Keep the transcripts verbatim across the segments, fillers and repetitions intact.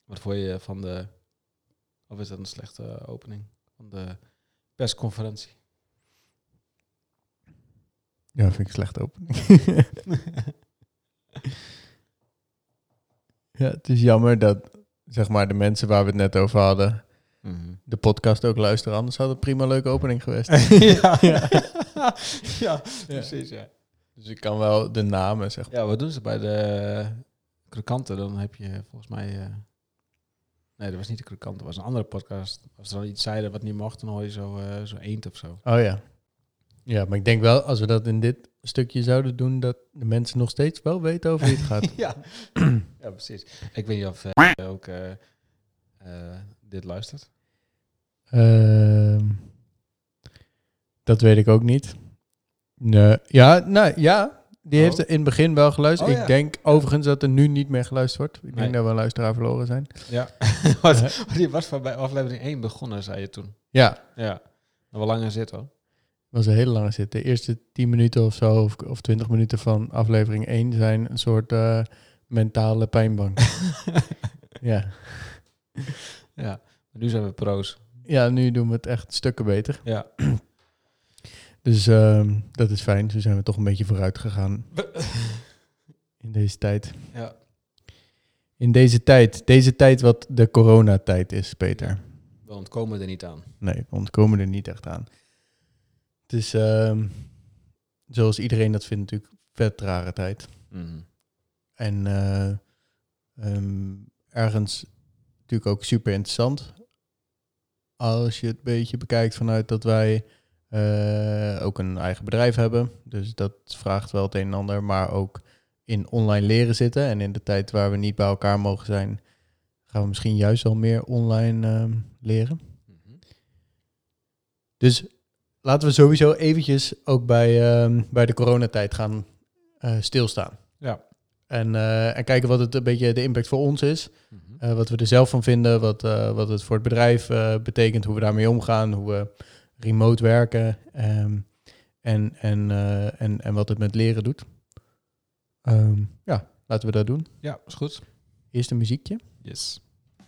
Wat vond je van de... Of is dat een slechte opening? Van de persconferentie. Ja, vind ik een slechte opening. Ja, het is jammer dat, zeg maar, de mensen waar we het net over hadden, Mm-hmm. de podcast ook luisteren. Anders had het prima een leuke opening geweest. ja. Ja. ja, precies, ja. Dus ik kan wel de namen, zeg maar. Ja, wat doen ze bij de krokanten? Dan heb je volgens mij... Uh... Nee, dat was niet de krokanten. Dat was een andere podcast. Als ze dan iets zeiden wat niet mocht, dan hoor je zo, uh, zo eend of zo. Oh ja. Ja, maar ik denk wel, als we dat in dit stukje zouden doen, dat de mensen nog steeds wel weten over wie het gaat. ja. ja, precies. Ik weet niet of uh, ook uh, uh, dit luistert. Uh, dat weet ik ook niet. Nee. Ja, nou ja, die oh. heeft er in het begin wel geluisterd. Oh, ik ja. denk overigens dat er nu niet meer geluisterd wordt. Ik nee. denk dat we een luisteraar verloren zijn. Ja. wat, uh, die was van bij aflevering één begonnen, zei je toen. Ja. Ja. Dat wel langer zit hoor. Was een hele lange zit. De eerste tien minuten of zo, of, of twintig minuten van aflevering één zijn een soort uh, mentale pijnbank. ja. Ja, maar nu zijn we pro's. Ja, nu doen we het echt stukken beter. Ja. Dus uh, dat is fijn. Zo zijn we toch een beetje vooruit gegaan in deze tijd. Ja. In deze tijd. Deze tijd wat de coronatijd is, Peter. We ontkomen er niet aan. Nee, we ontkomen er niet echt aan. Het is, uh, zoals iedereen dat vindt, natuurlijk vet rare tijd. Mm-hmm. En uh, um, ergens natuurlijk ook super interessant. Als je het een beetje bekijkt vanuit dat wij uh, ook een eigen bedrijf hebben. Dus dat vraagt wel het een en ander. Maar ook in online leren zitten. En in de tijd waar we niet bij elkaar mogen zijn, gaan we misschien juist wel meer online uh, leren. Mm-hmm. Dus laten we sowieso eventjes ook bij, uh, bij de coronatijd gaan uh, stilstaan. Ja. En, uh, en kijken wat het een beetje de impact voor ons is. Mm-hmm. Uh, wat we er zelf van vinden. Wat, uh, wat het voor het bedrijf uh, betekent. Hoe we daarmee omgaan. Hoe we remote werken. Um, en, en, uh, en, en wat het met leren doet. Um, ja, laten we dat doen. Ja, is goed. Eerst een muziekje. Yes.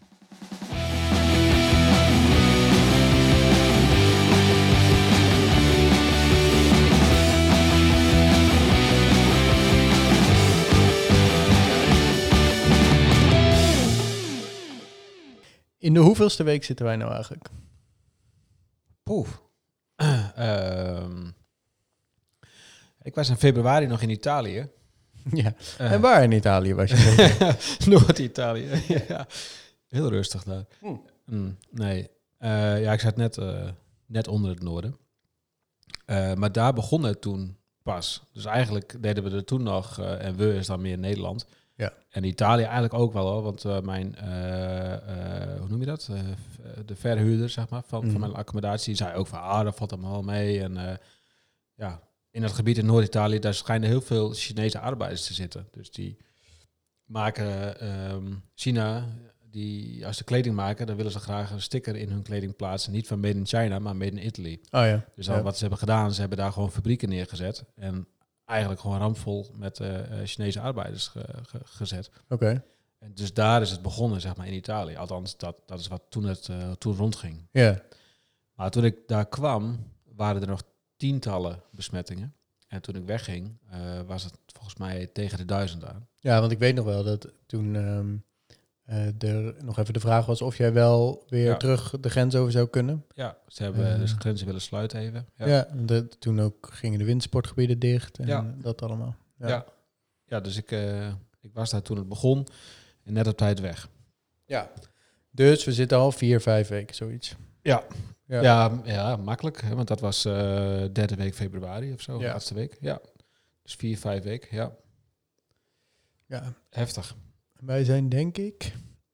In de hoeveelste week zitten wij nou eigenlijk? Poef. Uh, um, ik was in februari nog in Italië. Ja. Uh, en waar in Italië was je? Noord-Italië. Ja. Heel rustig daar. Hm. Mm, nee. Uh, ja, ik zat net, uh, net onder het noorden. Uh, maar daar begon het toen pas. Dus eigenlijk deden we er toen nog, uh, en we is dan meer Nederland. Ja. En Italië eigenlijk ook wel hoor, want uh, mijn, uh, uh, hoe noem je dat? Uh, de verhuurder, zeg maar, van, mm. van mijn accommodatie, zei ook van, ah, dat valt allemaal mee. En uh, ja, in het gebied in Noord-Italië, daar schijnen heel veel Chinese arbeiders te zitten. Dus die maken um, China, die als ze kleding maken, dan willen ze graag een sticker in hun kleding plaatsen. Niet van Made in China, maar Made in Italy. Oh ja. Dus dan ja. wat ze hebben gedaan, ze hebben daar gewoon fabrieken neergezet. En eigenlijk gewoon rampvol met uh, Chinese arbeiders ge, ge, gezet. Oké. Okay. En dus daar is het begonnen, zeg maar, in Italië. Althans, dat, dat is wat toen het uh, toen rondging. Ja. Yeah. Maar toen ik daar kwam, waren er nog tientallen besmettingen. En toen ik wegging, uh, was het volgens mij tegen de duizend aan. Ja, want ik weet nog wel dat toen um, uh, er nog even de vraag was of jij wel weer ja. terug de grens over zou kunnen. Ja, ze hebben uh, dus de grenzen willen sluiten even. Ja, ja de, toen ook gingen de windsportgebieden dicht en ja. dat allemaal. Ja, ja. ja dus ik, uh, ik was daar toen het begon en net op tijd weg. Ja, dus we zitten al vier, vijf weken, zoiets. Ja. Ja, ja, ja makkelijk, hè, want dat was uh, derde week februari of zo, ja. laatste week. Ja, dus vier, vijf weken, ja. Ja. Heftig. Wij zijn denk ik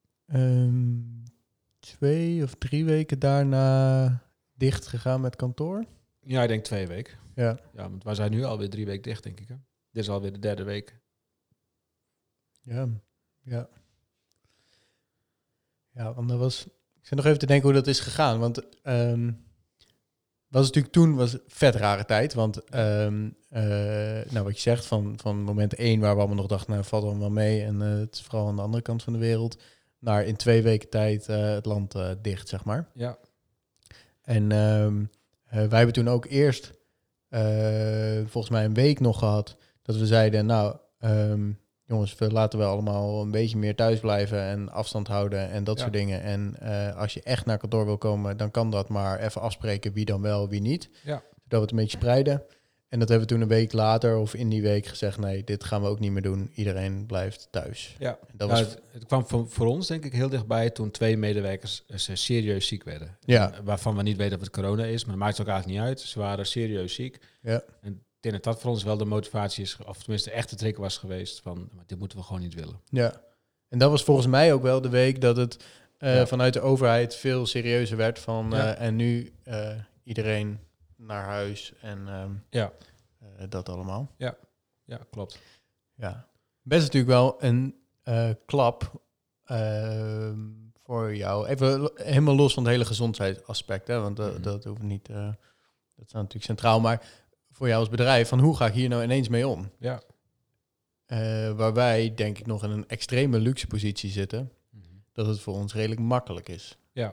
um, twee of drie weken daarna dicht gegaan met kantoor. Ja, ik denk twee weken. Ja. Ja, want wij zijn nu alweer drie weken dicht, denk ik. Hè? Dit is alweer de derde week. Ja, ja. Ja, want dat was... Ik zit nog even te denken hoe dat is gegaan. Want um, was natuurlijk toen was vet rare tijd. Want um, uh, nou, wat je zegt, van, van moment één waar we allemaal nog dachten, nou valt allemaal mee. En uh, het is vooral aan de andere kant van de wereld. naar in twee weken tijd uh, het land uh, dicht, zeg maar. Ja. En um, uh, wij hebben toen ook eerst uh, volgens mij een week nog gehad dat we zeiden, nou um, jongens, we laten we allemaal een beetje meer thuis blijven en afstand houden en dat ja. soort dingen. En uh, als je echt naar kantoor wil komen, dan kan dat, maar even afspreken wie dan wel, wie niet. Ja. Zodat we het een beetje spreiden. En dat hebben we toen een week later of in die week gezegd, nee, dit gaan we ook niet meer doen. Iedereen blijft thuis. Ja, en dat nou, was... het, het kwam voor, voor ons denk ik heel dichtbij toen twee medewerkers uh, serieus ziek werden. Ja. En, waarvan we niet weten of het corona is, maar dat maakt het ook eigenlijk niet uit. Ze waren serieus ziek. Ja. En ik denk dat dat voor ons wel de motivatie is, of tenminste de echte trigger was geweest van, dit moeten we gewoon niet willen. Ja, en dat was volgens mij ook wel de week dat het uh, ja. vanuit de overheid veel serieuzer werd van, uh, ja. en nu uh, iedereen naar huis en um, ja. uh, dat allemaal. Ja, ja, klopt. Ja, best natuurlijk wel een uh, klap uh, voor jou. Even helemaal los van het hele gezondheidsaspect, hè, want uh, mm-hmm. dat hoeft niet, uh, dat staat natuurlijk centraal, maar voor jou als bedrijf, van hoe ga ik hier nou ineens mee om? Ja. Uh, waar wij, denk ik, nog in een extreme luxe positie zitten, mm-hmm. dat het voor ons redelijk makkelijk is. Ja.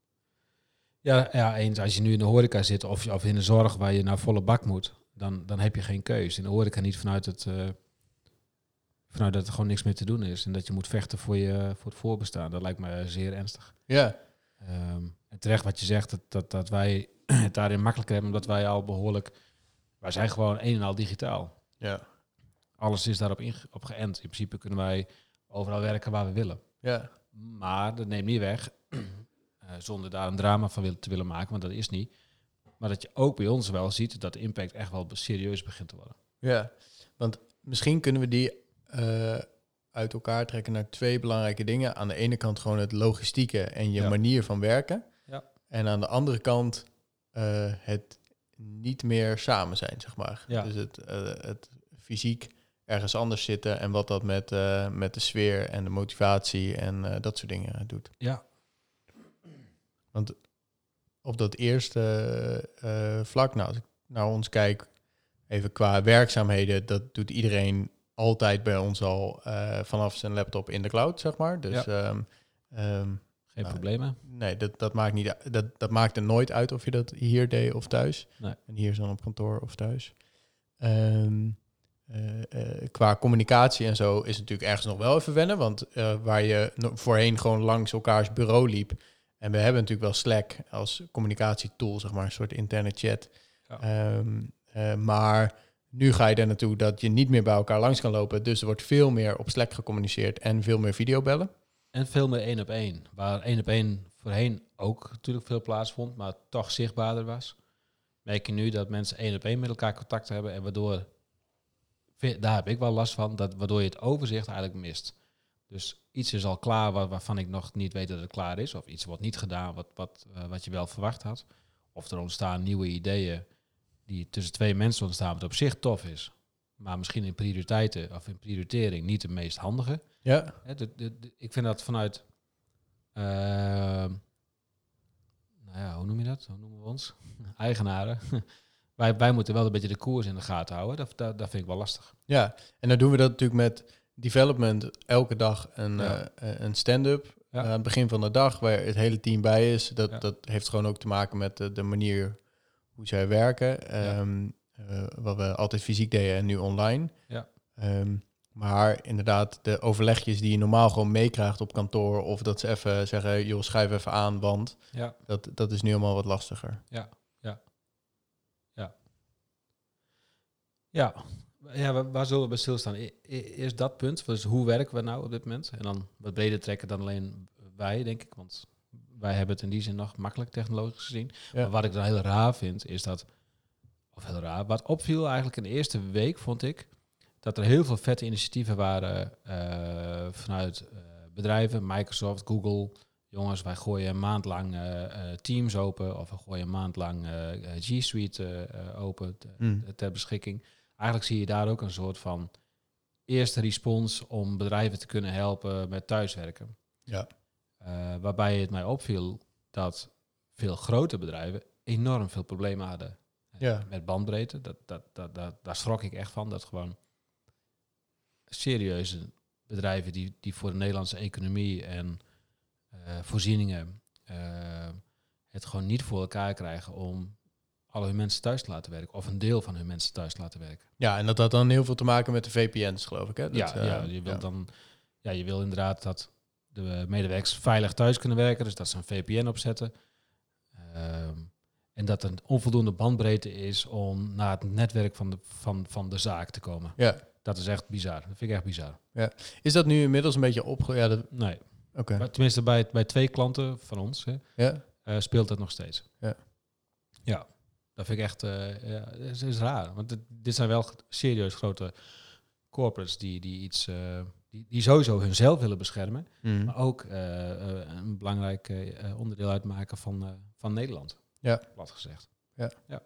Ja, ja, eens als je nu in de horeca zit of, of in de zorg waar je naar volle bak moet, dan, dan heb je geen keus. In de horeca niet vanuit het, uh, vanuit dat er gewoon niks meer te doen is en dat je moet vechten voor, je, voor het voorbestaan. Dat lijkt me zeer ernstig. Ja. Um, en terecht wat je zegt, dat, dat, dat wij het daarin makkelijker hebben, omdat wij al behoorlijk, wij zijn gewoon een en al digitaal. Ja. Alles is daarop inge- op geënt. In principe kunnen wij overal werken waar we willen. Ja. Maar dat neemt niet weg, uh, zonder daar een drama van wil, te willen maken, want dat is niet. Maar dat je ook bij ons wel ziet dat de impact echt wel serieus begint te worden. Ja, want misschien kunnen we die uh, uit elkaar trekken naar twee belangrijke dingen. Aan de ene kant gewoon het logistieke en je ja. manier van werken. Ja. En aan de andere kant uh, het niet meer samen zijn, zeg maar. Ja. Dus het, uh, het fysiek ergens anders zitten en wat dat met, uh, met de sfeer en de motivatie en uh, dat soort dingen doet. Ja. Want op dat eerste uh, vlak, nou, als ik naar ons kijk, even qua werkzaamheden, dat doet iedereen altijd bij ons al uh, vanaf zijn laptop in de cloud, zeg maar. Dus ja. um, um, geen nou, problemen. Nee, dat, dat, maakt niet, dat, dat maakt er nooit uit of je dat hier deed of thuis. Nee. En hier is dan op kantoor of thuis. Um, uh, uh, qua communicatie en zo is het natuurlijk ergens nog wel even wennen, want uh, waar je no- voorheen gewoon langs elkaars bureau liep, en we hebben natuurlijk wel Slack als communicatietool, zeg maar, een soort interne chat. Ja. Um, uh, maar nu ga je er naartoe dat je niet meer bij elkaar langs kan lopen. Dus er wordt veel meer op Slack gecommuniceerd en veel meer videobellen. En veel meer één op één. Waar één op één voorheen ook natuurlijk veel plaatsvond, maar toch zichtbaarder was. Merk je nu dat mensen één op één met elkaar contact hebben en waardoor, daar heb ik wel last van, dat waardoor je het overzicht eigenlijk mist. Dus iets is al klaar waar, waarvan ik nog niet weet dat het klaar is. Of iets wordt niet gedaan wat, wat, uh, wat je wel verwacht had. Of er ontstaan nieuwe ideeën die tussen twee mensen ontstaan, wat op zich tof is. Maar misschien in prioriteiten of in prioritering niet de meest handige. Ja. He, de, de, de, ik vind dat vanuit, uh, nou ja, hoe noem je dat? Hoe noemen we ons? Eigenaren. wij, wij moeten wel een beetje de koers in de gaten houden. Dat, dat, dat vind ik wel lastig. Ja, en dan doen we dat natuurlijk met development elke dag een, ja. uh, een stand-up. Ja. Uh, aan het begin van de dag, waar het hele team bij is. Dat, ja. dat heeft gewoon ook te maken met de, de manier hoe zij werken. Um, ja. uh, wat we altijd fysiek deden en nu online. Ja. Um, maar inderdaad, de overlegjes die je normaal gewoon meekrijgt op kantoor, of dat ze even zeggen, joh, schrijf even aan, want ja. dat, dat is nu allemaal wat lastiger. Ja, ja, ja. Ja, ja waar, waar zullen we bij stilstaan? E- e- eerst dat punt, dus hoe werken we nou op dit moment? En dan wat breder trekken dan alleen wij, denk ik, want wij hebben het in die zin nog makkelijk technologisch gezien. Ja. Maar wat ik dan heel raar vind, is dat, of heel raar, wat opviel eigenlijk in de eerste week, vond ik, dat er heel veel vette initiatieven waren uh, vanuit uh, bedrijven, Microsoft, Google. Jongens, wij gooien een maand lang uh, uh, Teams open of we gooien een maand lang uh, G Suite uh, uh, open te, mm. ter beschikking. Eigenlijk zie je daar ook een soort van eerste respons om bedrijven te kunnen helpen met thuiswerken. Ja. Uh, waarbij het mij opviel dat veel grote bedrijven enorm veel problemen hadden uh, ja. met bandbreedte. Dat, dat, dat, dat, daar schrok ik echt van, dat gewoon serieuze bedrijven die, die voor de Nederlandse economie en uh, voorzieningen uh, het gewoon niet voor elkaar krijgen om alle hun mensen thuis te laten werken. Of een deel van hun mensen thuis te laten werken. Ja, en dat had dan heel veel te maken met de V P N's, geloof ik. Hè? Dat, ja, uh, ja, je wil ja. dan, ja, je wil inderdaad dat de medewerkers veilig thuis kunnen werken. Dus dat ze een V P N opzetten. Um, en dat er een onvoldoende bandbreedte is om naar het netwerk van de, van, van de zaak te komen. Ja. Dat is echt bizar. Dat vind ik echt bizar. Ja. Is dat nu inmiddels een beetje opge... Ja, dat... Nee. Oké. Okay. Tenminste, bij, bij twee klanten van ons hè, ja. uh, speelt dat nog steeds. Ja. Ja. Dat vind ik echt uh, ja, is, is raar. Want dit, dit zijn wel serieus grote corporates die, die iets... Uh, die, die sowieso hunzelf willen beschermen. Mm. Maar ook uh, uh, een belangrijk uh, onderdeel uitmaken van, uh, van Nederland. Ja. Plat gezegd. Ja. Ja.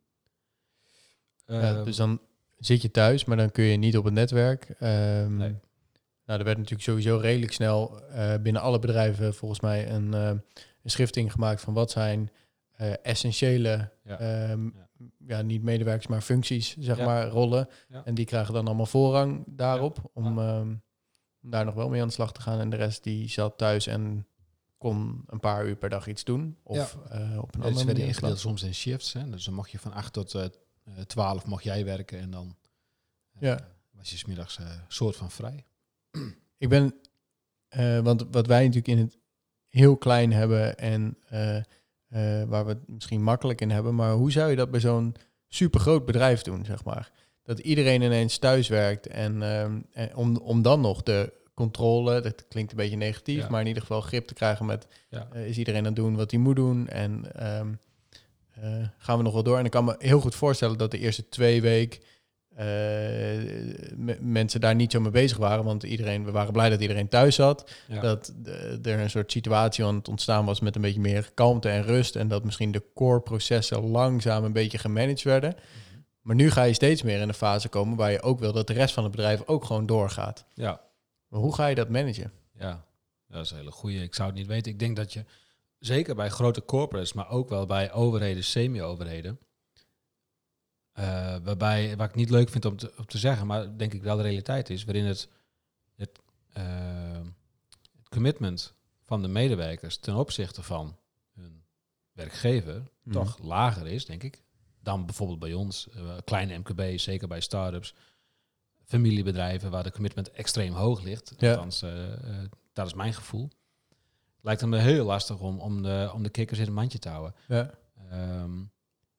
Uh, ja. Dus dan zit je thuis, maar dan kun je niet op het netwerk. Um, nee. Nou, er werd natuurlijk sowieso redelijk snel uh, binnen alle bedrijven volgens mij een, uh, een schifting gemaakt van wat zijn uh, essentiële, ja. Um, ja. ja, niet medewerkers, maar functies, zeg ja. maar, rollen. Ja. En die krijgen dan allemaal voorrang daarop ja. om, um, om daar nog wel mee aan de slag te gaan. En de rest die zat thuis en kon een paar uur per dag iets doen. Of ja. uh, op een ja, andere manier. Ingedeeld soms in shifts. Hè? Dus dan mocht je van acht tot uh, twaalf mocht jij werken en dan uh, ja. was je 's middags een uh, soort van vrij. Ik ben, uh, want wat wij natuurlijk in het heel klein hebben en uh, uh, waar we het misschien makkelijk in hebben, maar hoe zou je dat bij zo'n supergroot bedrijf doen, zeg maar? Dat iedereen ineens thuis werkt en, um, en om, om dan nog de controle, dat klinkt een beetje negatief, ja. maar in ieder geval grip te krijgen met, ja. uh, is iedereen aan het doen wat hij moet doen en um, uh, gaan we nog wel door? En ik kan me heel goed voorstellen dat de eerste twee weken Uh, m- mensen daar niet zo mee bezig waren, want iedereen, we waren blij dat iedereen thuis zat. Ja. Dat de, er een soort situatie aan het ontstaan was met een beetje meer kalmte en rust en dat misschien de core processen langzaam een beetje gemanaged werden. Mm-hmm. Maar nu ga je steeds meer in een fase komen waar je ook wil dat de rest van het bedrijf ook gewoon doorgaat. Ja. Maar hoe ga je dat managen? Ja, dat is een hele goeie. Ik zou het niet weten. Ik denk dat je, zeker bij grote corporates, maar ook wel bij overheden, semi-overheden, Uh, waarbij, wat ik niet leuk vind om te, om te zeggen, maar denk ik wel de realiteit is, waarin het, het, uh, het commitment van de medewerkers ten opzichte van hun werkgever mm. toch lager is, denk ik, dan bijvoorbeeld bij ons, uh, kleine M K B's, zeker bij start-ups, familiebedrijven waar de commitment extreem hoog ligt. Ja. Althans, uh, uh, dat is mijn gevoel. Lijkt het me heel lastig om, om, de, om de kikkers in een mandje te houden. Ja. Um,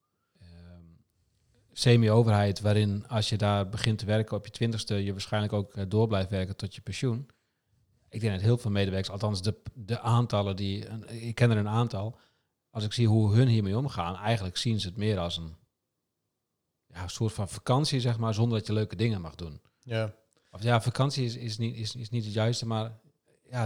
semi-overheid, waarin als je daar begint te werken op je twintigste, je waarschijnlijk ook uh, door blijft werken tot je pensioen. Ik denk dat heel veel medewerkers, althans de, de aantallen die, uh, ik ken er een aantal, als ik zie hoe hun hiermee omgaan, eigenlijk zien ze het meer als een, ja, een soort van vakantie, zeg maar, zonder dat je leuke dingen mag doen. Ja. Of ja, vakantie is, is, niet, is, is niet het juiste, maar ja,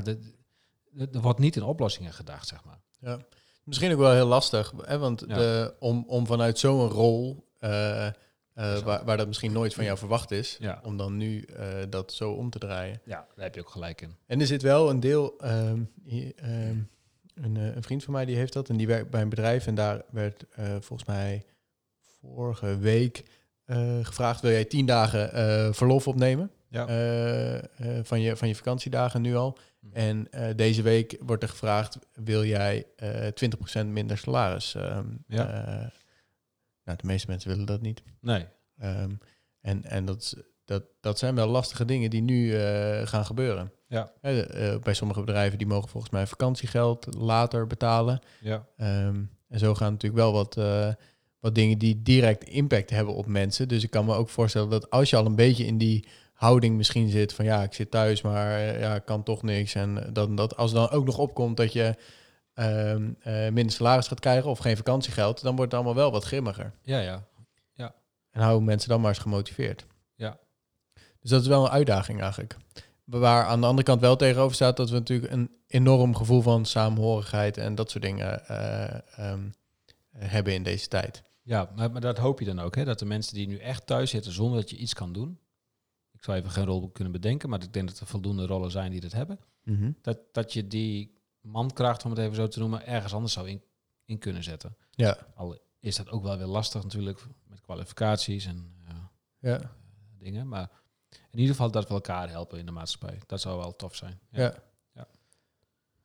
er wordt niet in oplossingen gedacht, zeg maar. Ja. Misschien ook wel heel lastig, hè, want ja. de, om, om vanuit zo'n rol Uh, uh, waar, waar dat misschien nooit van jou verwacht is, ja. om dan nu uh, dat zo om te draaien. Ja, daar heb je ook gelijk in. En er zit wel een deel, um, hier, um, een, uh, een vriend van mij die heeft dat en die werkt bij een bedrijf en daar werd uh, volgens mij vorige week uh, gevraagd, wil jij tien dagen uh, verlof opnemen? Ja. Uh, uh, van, je, van je vakantiedagen nu al. Hm. En uh, deze week wordt er gevraagd, wil jij uh, twintig procent minder salaris? Um, ja. Uh, Nou, de meeste mensen willen dat niet. Nee. Um, en en dat, dat, dat zijn wel lastige dingen die nu uh, gaan gebeuren. Ja. Uh, uh, bij sommige bedrijven die mogen volgens mij vakantiegeld later betalen. Ja. Um, en zo gaan natuurlijk wel wat, uh, wat dingen die direct impact hebben op mensen. Dus ik kan me ook voorstellen dat als je al een beetje in die houding misschien zit van ja, ik zit thuis, maar uh, ja, ik kan toch niks. En dat, dat als dan ook nog opkomt dat je Um, uh, minder salaris gaat krijgen of geen vakantiegeld, dan wordt het allemaal wel wat grimmiger. Ja, ja. ja. En houden mensen dan maar eens gemotiveerd. Ja. Dus dat is wel een uitdaging eigenlijk. Waar aan de andere kant wel tegenover staat dat we natuurlijk een enorm gevoel van samenhorigheid en dat soort dingen uh, um, hebben in deze tijd. Ja, maar, maar dat hoop je dan ook, hè? Dat de mensen die nu echt thuis zitten zonder dat je iets kan doen. Ik zou even geen rol kunnen bedenken, maar ik denk dat er voldoende rollen zijn die dat hebben. Mm-hmm. Dat, dat je die mankracht, om het even zo te noemen, ergens anders zou in, in kunnen zetten. Ja. Al is dat ook wel weer lastig natuurlijk met kwalificaties en uh, ja. uh, dingen. Maar in ieder geval dat we elkaar helpen in de maatschappij. Dat zou wel tof zijn. Ja. ja. ja.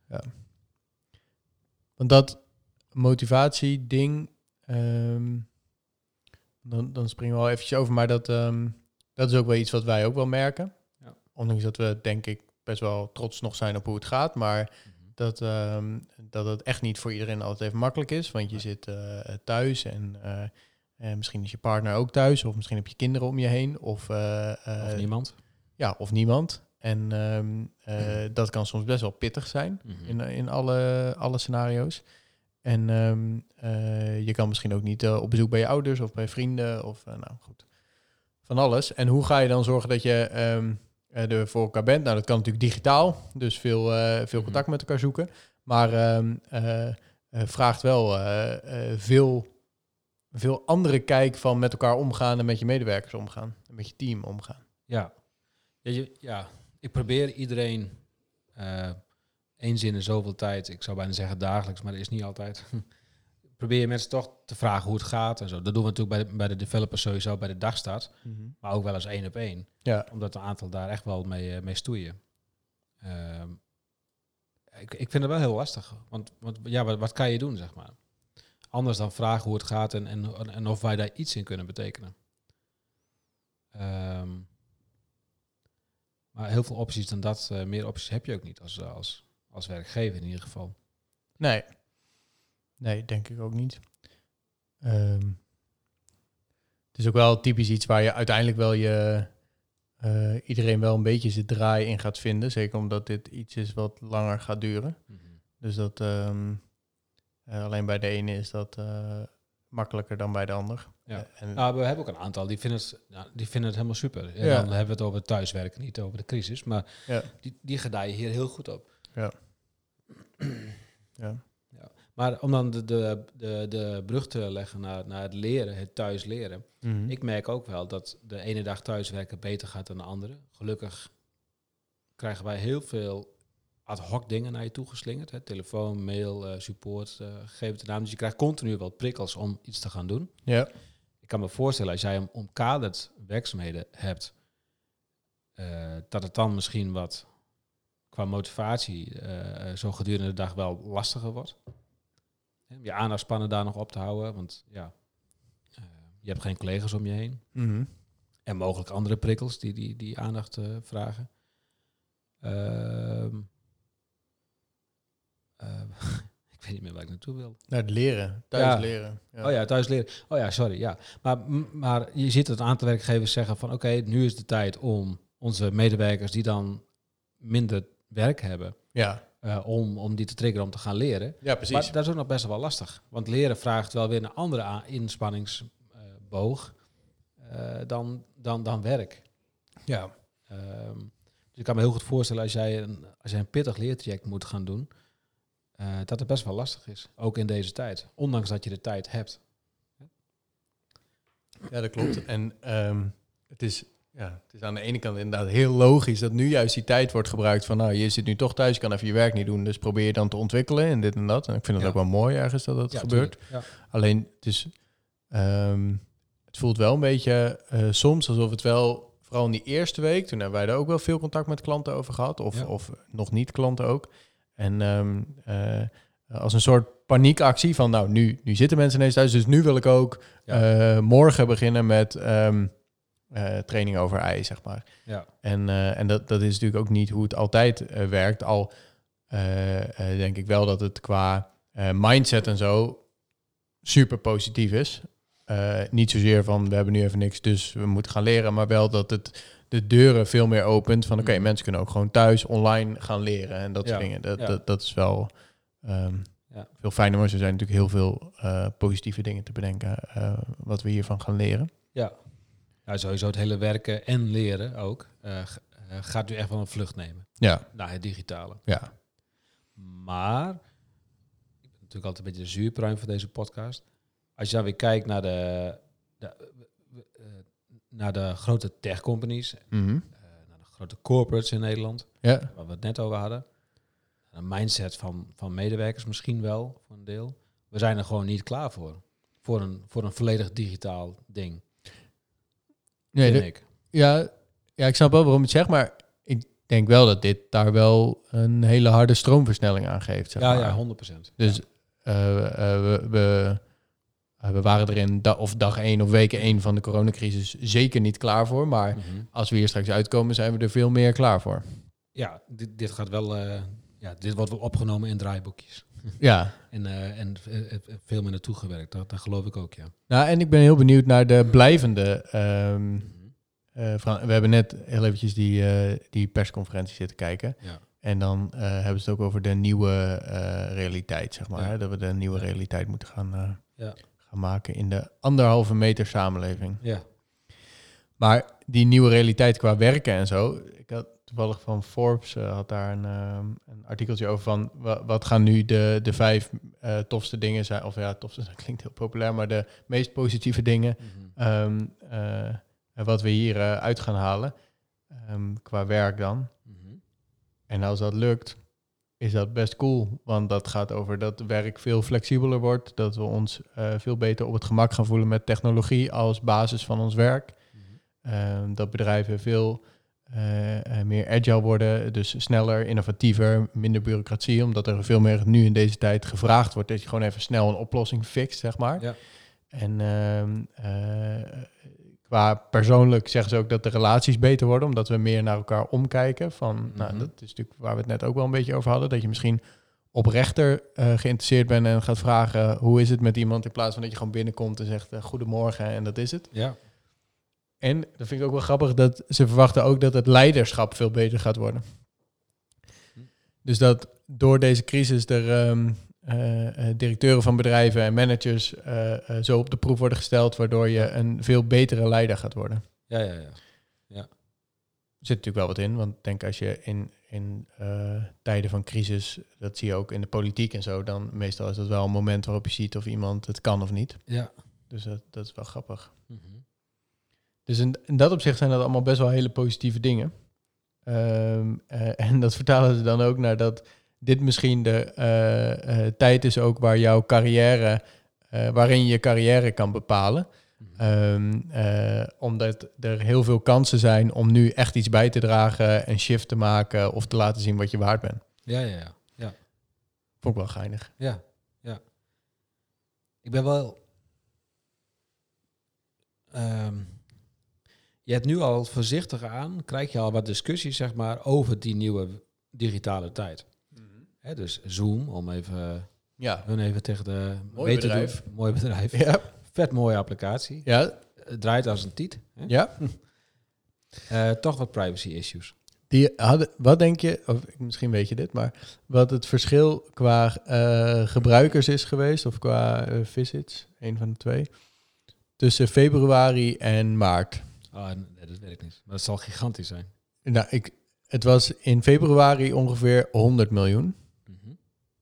ja. Want dat motivatie-ding, um, dan, dan springen we wel eventjes over, maar dat, um, dat is ook wel iets wat wij ook wel merken. Ja. Ondanks dat we, denk ik, best wel trots nog zijn op hoe het gaat, maar mm-hmm. dat, um, dat het echt niet voor iedereen altijd even makkelijk is, want je ja. zit uh, thuis en uh, uh, misschien is je partner ook thuis, of misschien heb je kinderen om je heen, of... Uh, uh, of niemand. Ja, of niemand. En um, uh, mm-hmm. dat kan soms best wel pittig zijn mm-hmm. in, in alle, alle scenario's. En um, uh, je kan misschien ook niet uh, op bezoek bij je ouders of bij vrienden of uh, nou goed, van alles. En hoe ga je dan zorgen dat je um, uh, er voor elkaar bent? Nou, dat kan natuurlijk digitaal, dus veel, uh, veel contact met elkaar zoeken. Maar um, uh, uh, vraagt wel uh, uh, veel, veel andere kijk van met elkaar omgaan en met je medewerkers omgaan. En met je team omgaan. Ja, ja, je, ja. ik probeer iedereen... Uh, eens in de zoveel tijd, ik zou bijna zeggen dagelijks, maar dat is niet altijd. Probeer je mensen toch te vragen hoe het gaat en zo. Dat doen we natuurlijk bij de, bij de developers sowieso bij de dagstart, mm-hmm. maar ook wel eens één op één. Ja. Omdat een aantal daar echt wel mee, mee stoeien. Uh, ik, ik vind het wel heel lastig, want, want ja, wat, wat kan je doen, zeg maar? Anders dan vragen hoe het gaat en, en, en of wij daar iets in kunnen betekenen. Um, maar heel veel opties dan dat, uh, meer opties heb je ook niet als... als Als werkgever in ieder geval. Nee. Nee, denk ik ook niet. Um, het is ook wel typisch iets waar je uiteindelijk wel je... Uh, iedereen wel een beetje zijn draai in gaat vinden. Zeker omdat dit iets is wat langer gaat duren. Mm-hmm. Dus dat... Um, uh, alleen bij de ene is dat uh, makkelijker dan bij de ander. Ja. Uh, en nou, we hebben ook een aantal die vinden het, nou, die vinden het helemaal super. En ja. Dan hebben we het over thuiswerken, niet over de crisis. Maar ja. die, die gedijen hier heel goed op. Ja. ja. ja. Maar om dan de, de, de, de brug te leggen naar, naar het leren, het thuis leren. Mm-hmm. Ik merk ook wel dat de ene dag thuiswerken beter gaat dan de andere. Gelukkig krijgen wij heel veel ad hoc dingen naar je toe geslingerd. Hè? Telefoon, mail, uh, support, uh, geef het de naam. Dus je krijgt continu wel prikkels om iets te gaan doen. Ja. Ik kan me voorstellen, als jij om, omkaderd werkzaamheden hebt, uh, dat het dan misschien wat... qua motivatie uh, zo gedurende de dag wel lastiger wordt. Je aandachtspannen daar nog op te houden, want ja, uh, je hebt geen collega's om je heen. Mm-hmm. En mogelijk andere prikkels die die, die aandacht uh, vragen. Uh, uh, ik weet niet meer waar ik naartoe wil. Naar het leren, thuis ja. leren. Ja. Oh ja, thuis leren. Oh ja, sorry, ja. Maar, maar je ziet het een aantal werkgevers zeggen van oké, okay, nu is de tijd om onze medewerkers die dan minder werk hebben, ja. uh, om, om die te triggeren om te gaan leren. Ja, precies. Maar dat is ook nog best wel lastig. Want leren vraagt wel weer een andere a- inspanningsboog uh, dan, dan, dan werk. Ja. Um, dus ik kan me heel goed voorstellen als jij een, als jij een pittig leertraject moet gaan doen, uh, dat het best wel lastig is. Ook in deze tijd. Ondanks dat je de tijd hebt. Ja, dat klopt. En um, het is... Ja, het is aan de ene kant inderdaad heel logisch dat nu juist die tijd wordt gebruikt van nou, je zit nu toch thuis, je kan even je werk niet doen, dus probeer je dan te ontwikkelen en dit en dat. En ik vind het ja. ook wel mooi ergens dat dat ja, gebeurt. Ja. Alleen, het is, um, het voelt wel een beetje uh, soms alsof het wel, vooral in die eerste week, toen hebben wij daar ook wel veel contact met klanten over gehad, of, ja. of nog niet klanten ook. En um, uh, als een soort paniekactie van nou, nu, nu zitten mensen ineens thuis, dus nu wil ik ook ja. uh, morgen beginnen met... Um, Uh, training over ei, zeg maar. Ja. En, uh, en dat, dat is natuurlijk ook niet hoe het altijd uh, werkt. Al uh, uh, denk ik wel dat het qua uh, mindset en zo super positief is. Uh, niet zozeer van we hebben nu even niks, dus we moeten gaan leren. Maar wel dat het de deuren veel meer opent. Van oké, okay, mm. mensen kunnen ook gewoon thuis online gaan leren. En dat ja. soort dingen. Dat, ja. dat, dat is wel um, ja. veel fijner. Maar er zijn natuurlijk heel veel uh, positieve dingen te bedenken. Uh, wat we hiervan gaan leren. Ja. Ja, sowieso het hele werken en leren ook uh, g- uh, gaat nu echt wel een vlucht nemen. Ja. Naar het digitale. Ja. Maar, ik ben natuurlijk altijd een beetje de zuurpruim van deze podcast. Als je dan weer kijkt naar de, de, uh, naar de grote tech companies, mm-hmm. uh, naar de grote corporates in Nederland, ja. waar we het net over hadden. Een mindset van, van medewerkers misschien wel, voor een deel. We zijn er gewoon niet klaar voor. Voor een, voor een volledig digitaal ding. Nee, de, ik. Ja, ja, ik snap wel waarom je het zegt, maar ik, denk wel dat dit daar wel een hele harde stroomversnelling aan geeft. Zeg ja, maar. ja, honderd procent. Dus ja. uh, uh, we, we, uh, we waren er in da- of dag één of week één van de coronacrisis zeker niet klaar voor. Maar mm-hmm. als we hier straks uitkomen, zijn we er veel meer klaar voor. Ja, dit, dit gaat wel... Uh, ja, dit wordt wel opgenomen in draaiboekjes. Ja. en uh, en uh, veel meer naartoe gewerkt. Dat, dat geloof ik ook, ja. Nou, en ik ben heel benieuwd naar de blijvende... Um, uh, van, we hebben net heel eventjes die, uh, die persconferentie zitten kijken. Ja. En dan uh, hebben ze het ook over de nieuwe uh, realiteit, zeg maar. Ja. Hè? Dat we de nieuwe ja. realiteit moeten gaan, uh, ja. gaan maken in de anderhalve meter samenleving. Ja. Maar die nieuwe realiteit qua werken en zo... Ik had toevallig van Forbes uh, had daar een, um, een artikeltje over van... Wa- wat gaan nu de, de vijf uh, tofste dingen zijn? Of ja, tofste, dat klinkt heel populair... maar de meest positieve dingen... Mm-hmm. Um, uh, wat we hier uh, uit gaan halen. Um, qua werk dan. Mm-hmm. En als dat lukt, is dat best cool. Want dat gaat over dat werk veel flexibeler wordt. Dat we ons uh, veel beter op het gemak gaan voelen met technologie als basis van ons werk. Mm-hmm. Um, dat bedrijven veel uh, uh, meer agile worden. Dus sneller, innovatiever, minder bureaucratie. Omdat er veel meer nu in deze tijd gevraagd wordt dat je gewoon even snel een oplossing fixt, zeg maar. Ja. En um, uh, qua persoonlijk zeggen ze ook dat de relaties beter worden, omdat we meer naar elkaar omkijken. Van, mm-hmm. nou, dat is natuurlijk waar we het net ook wel een beetje over hadden. Dat je misschien oprechter uh, geïnteresseerd bent en gaat vragen hoe is het met iemand, in plaats van dat je gewoon binnenkomt en zegt uh, goedemorgen en dat is het. Ja. En dat vind ik ook wel grappig, dat ze verwachten ook dat het leiderschap veel beter gaat worden. Hm. Dus dat door deze crisis er um, uh, uh, directeuren van bedrijven en managers uh, uh, zo op de proef worden gesteld, waardoor je een veel betere leider gaat worden. Ja, ja, ja. ja. Er zit natuurlijk wel wat in, want ik denk als je in, in uh, tijden van crisis, dat zie je ook in de politiek en zo, dan meestal is dat wel een moment waarop je ziet of iemand het kan of niet. Ja. Dus dat, dat is wel grappig. Mm-hmm. Dus in, in dat opzicht zijn dat allemaal best wel hele positieve dingen. Um, uh, en dat vertalen ze dan ook naar dat dit misschien de uh, uh, tijd is ook waar jouw carrière, uh, waarin je je carrière kan bepalen. Um, uh, omdat er heel veel kansen zijn om nu echt iets bij te dragen, een shift te maken of te laten zien wat je waard bent. Ja, ja, ja. ja. Vond ik wel geinig. Ja, ja. Ik ben wel... Um, je hebt nu al voorzichtig aan, krijg je al wat discussies, zeg maar, over die nieuwe digitale tijd. Mm-hmm. Hè, dus Zoom, om even, ja. hun even tegen de... Mooi bedrijf. Doen. Mooi bedrijf. Ja. Vet mooie applicatie. Ja. Het draait als een tiet. Hè? Ja. uh, toch wat privacy issues. Die hadden, wat denk je, of misschien weet je dit, maar wat het verschil qua uh, gebruikers is geweest, of qua uh, visits, een van de twee, tussen februari en maart? Oh, nee, dat weet ik niet. Maar dat zal gigantisch zijn. Nou, ik, het was in februari ongeveer honderd miljoen. Mm-hmm.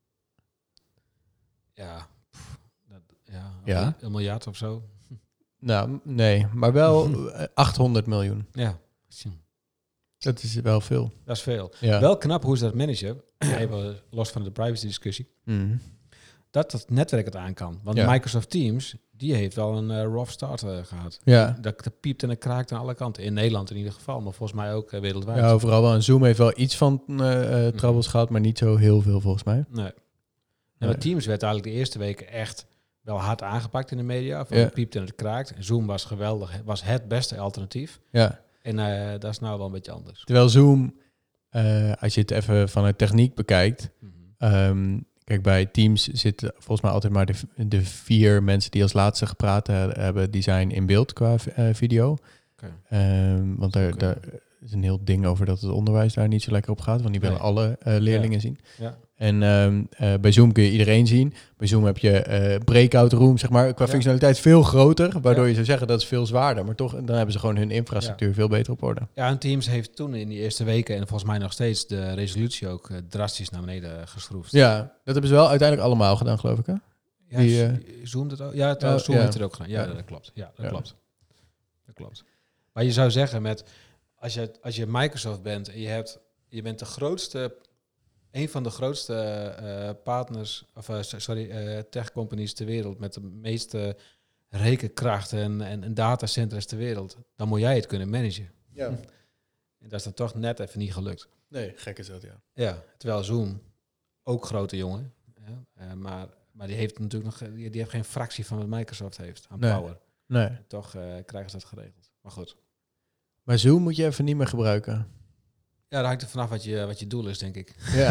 Ja, pff, dat, ja, ja, een miljard of zo. Nou, nee, maar wel achthonderd miljoen. Ja. Dat is wel veel. Dat is veel. Ja. Wel knap hoe ze dat managen. Even los van de privacy discussie. Mm. Dat het netwerk het aan kan. Want ja. Microsoft Teams, die heeft wel een uh, rough start uh, gehad. Ja. Dat, dat piept en dat kraakt aan alle kanten. In Nederland in ieder geval, maar volgens mij ook uh, wereldwijd. Ja, overal wel. En Zoom heeft wel iets van uh, uh, troubles mm-hmm. gehad, maar niet zo heel veel volgens mij. Nee. En nee. Met Teams werd eigenlijk de eerste weken echt wel hard aangepakt in de media. Van ja. Het piept en het kraakt. En Zoom was geweldig. Was het beste alternatief. Ja. En uh, dat is nou wel een beetje anders. Terwijl Zoom, uh, als je het even vanuit techniek bekijkt... Mm-hmm. Um, kijk, bij Teams zitten volgens mij altijd maar de, de vier mensen die als laatste gepraat hebben, die zijn in beeld qua uh, video. Okay. Um, want daar, okay. daar is een heel ding over dat het onderwijs daar niet zo lekker op gaat, want die willen nee. alle uh, leerlingen ja. zien. Ja. En um, uh, bij Zoom kun je iedereen zien. Bij Zoom heb je uh, breakout room, zeg maar, qua ja. functionaliteit veel groter, waardoor ja. je zou zeggen dat is veel zwaarder. Maar toch, dan hebben ze gewoon hun infrastructuur ja. veel beter op orde. Ja, en Teams heeft toen in die eerste weken, en volgens mij nog steeds, de resolutie ook uh, drastisch naar beneden geschroefd. Ja, dat hebben ze wel uiteindelijk allemaal gedaan, geloof ik, hè? Ja, die, uh, Zoom het ook? Ja, het, ja, Zoom ja. heeft het ook gedaan. Ja, ja. dat klopt. Ja, dat ja. klopt. Dat klopt. Maar je zou zeggen, met als je, als je Microsoft bent en je, hebt, je bent de grootste... Een van de grootste uh, partners, of uh, sorry, uh, tech-companies ter wereld met de meeste rekenkracht en, en, en datacenters ter wereld, dan moet jij het kunnen managen. Ja. En dat is dan toch net even niet gelukt. Nee, gek is dat, ja. Ja, terwijl Zoom, ook grote jongen, ja, uh, maar, maar die heeft natuurlijk nog, die, die heeft geen fractie van wat Microsoft heeft aan Nee. power. Nee. En toch uh, krijgen ze dat geregeld. Maar goed. Maar Zoom moet je even niet meer gebruiken. Ja, daar hangt er vanaf wat je, wat je doel is, denk ik. Ja.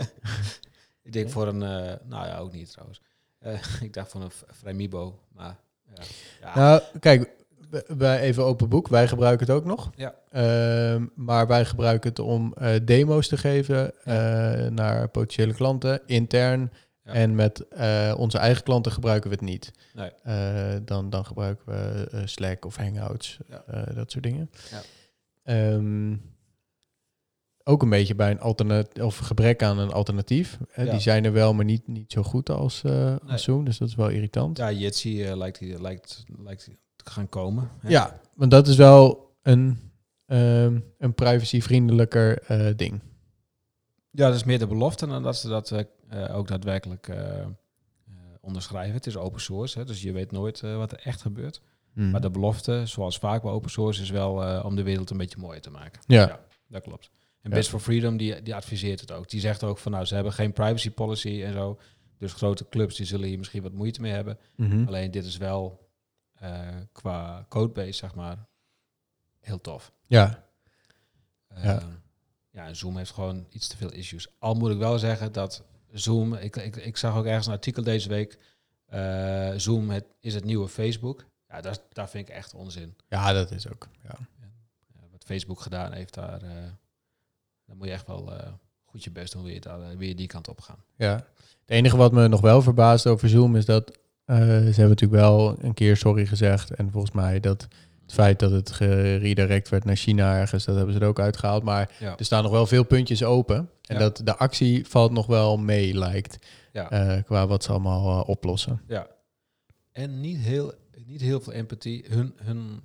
Ik denk voor een, uh, nou ja, ook niet trouwens. Uh, ik dacht van een Vrijmibo, maar ja. ja. Nou, kijk, wij even open boek. Wij gebruiken het ook nog. Ja. Uh, maar wij gebruiken het om uh, demo's te geven ja. uh, naar potentiële klanten, intern. Ja. En met uh, onze eigen klanten gebruiken we het niet. Nee. Uh, dan, dan gebruiken we uh, Slack of Hangouts, ja. uh, dat soort dingen. Ja. Um, ook een beetje bij een alternatief of gebrek aan een alternatief. Uh, ja. Die zijn er wel, maar niet, niet zo goed als, uh, nee. als Zoom. Dus dat is wel irritant. Ja, Jitsi uh, lijkt, lijkt, lijkt te gaan komen. Hè? Ja, want dat is wel een, um, een privacyvriendelijker uh, ding. Ja, dat is meer de belofte dan dat ze dat uh, uh, ook daadwerkelijk uh, uh, onderschrijven. Het is open source, hè, dus je weet nooit uh, wat er echt gebeurt. Hmm. Maar de belofte, zoals vaak bij open source, is wel uh, om de wereld een beetje mooier te maken. Ja, ja dat klopt. En ja. Bits for Freedom, die, die adviseert het ook. Die zegt ook van, nou, ze hebben geen privacy policy en zo. Dus grote clubs, die zullen hier misschien wat moeite mee hebben. Mm-hmm. Alleen dit is wel uh, qua codebase, zeg maar, heel tof. Ja. Uh, ja. Ja, en Zoom heeft gewoon iets te veel issues. Al moet ik wel zeggen dat Zoom... Ik, ik, ik zag ook ergens een artikel deze week. Uh, Zoom het, is het nieuwe Facebook. Ja, dat, dat vind ik echt onzin. Ja, dat is ook. Ja. Ja, wat Facebook gedaan heeft, daar, uh, daar moet je echt wel uh, goed je best doen. Weer, daar, weer die kant op gaan. Ja. Het enige wat me nog wel verbaast over Zoom is dat... Uh, ze hebben natuurlijk wel een keer sorry gezegd. En volgens mij dat... Het feit dat het geredirect werd naar China ergens, dat hebben ze er ook uitgehaald. Maar ja. er staan nog wel veel puntjes open. En ja. dat de actie valt nog wel mee, lijkt. Ja. Uh, qua wat ze allemaal uh, oplossen. Ja. En niet heel, niet heel veel empathie. Hun, hun,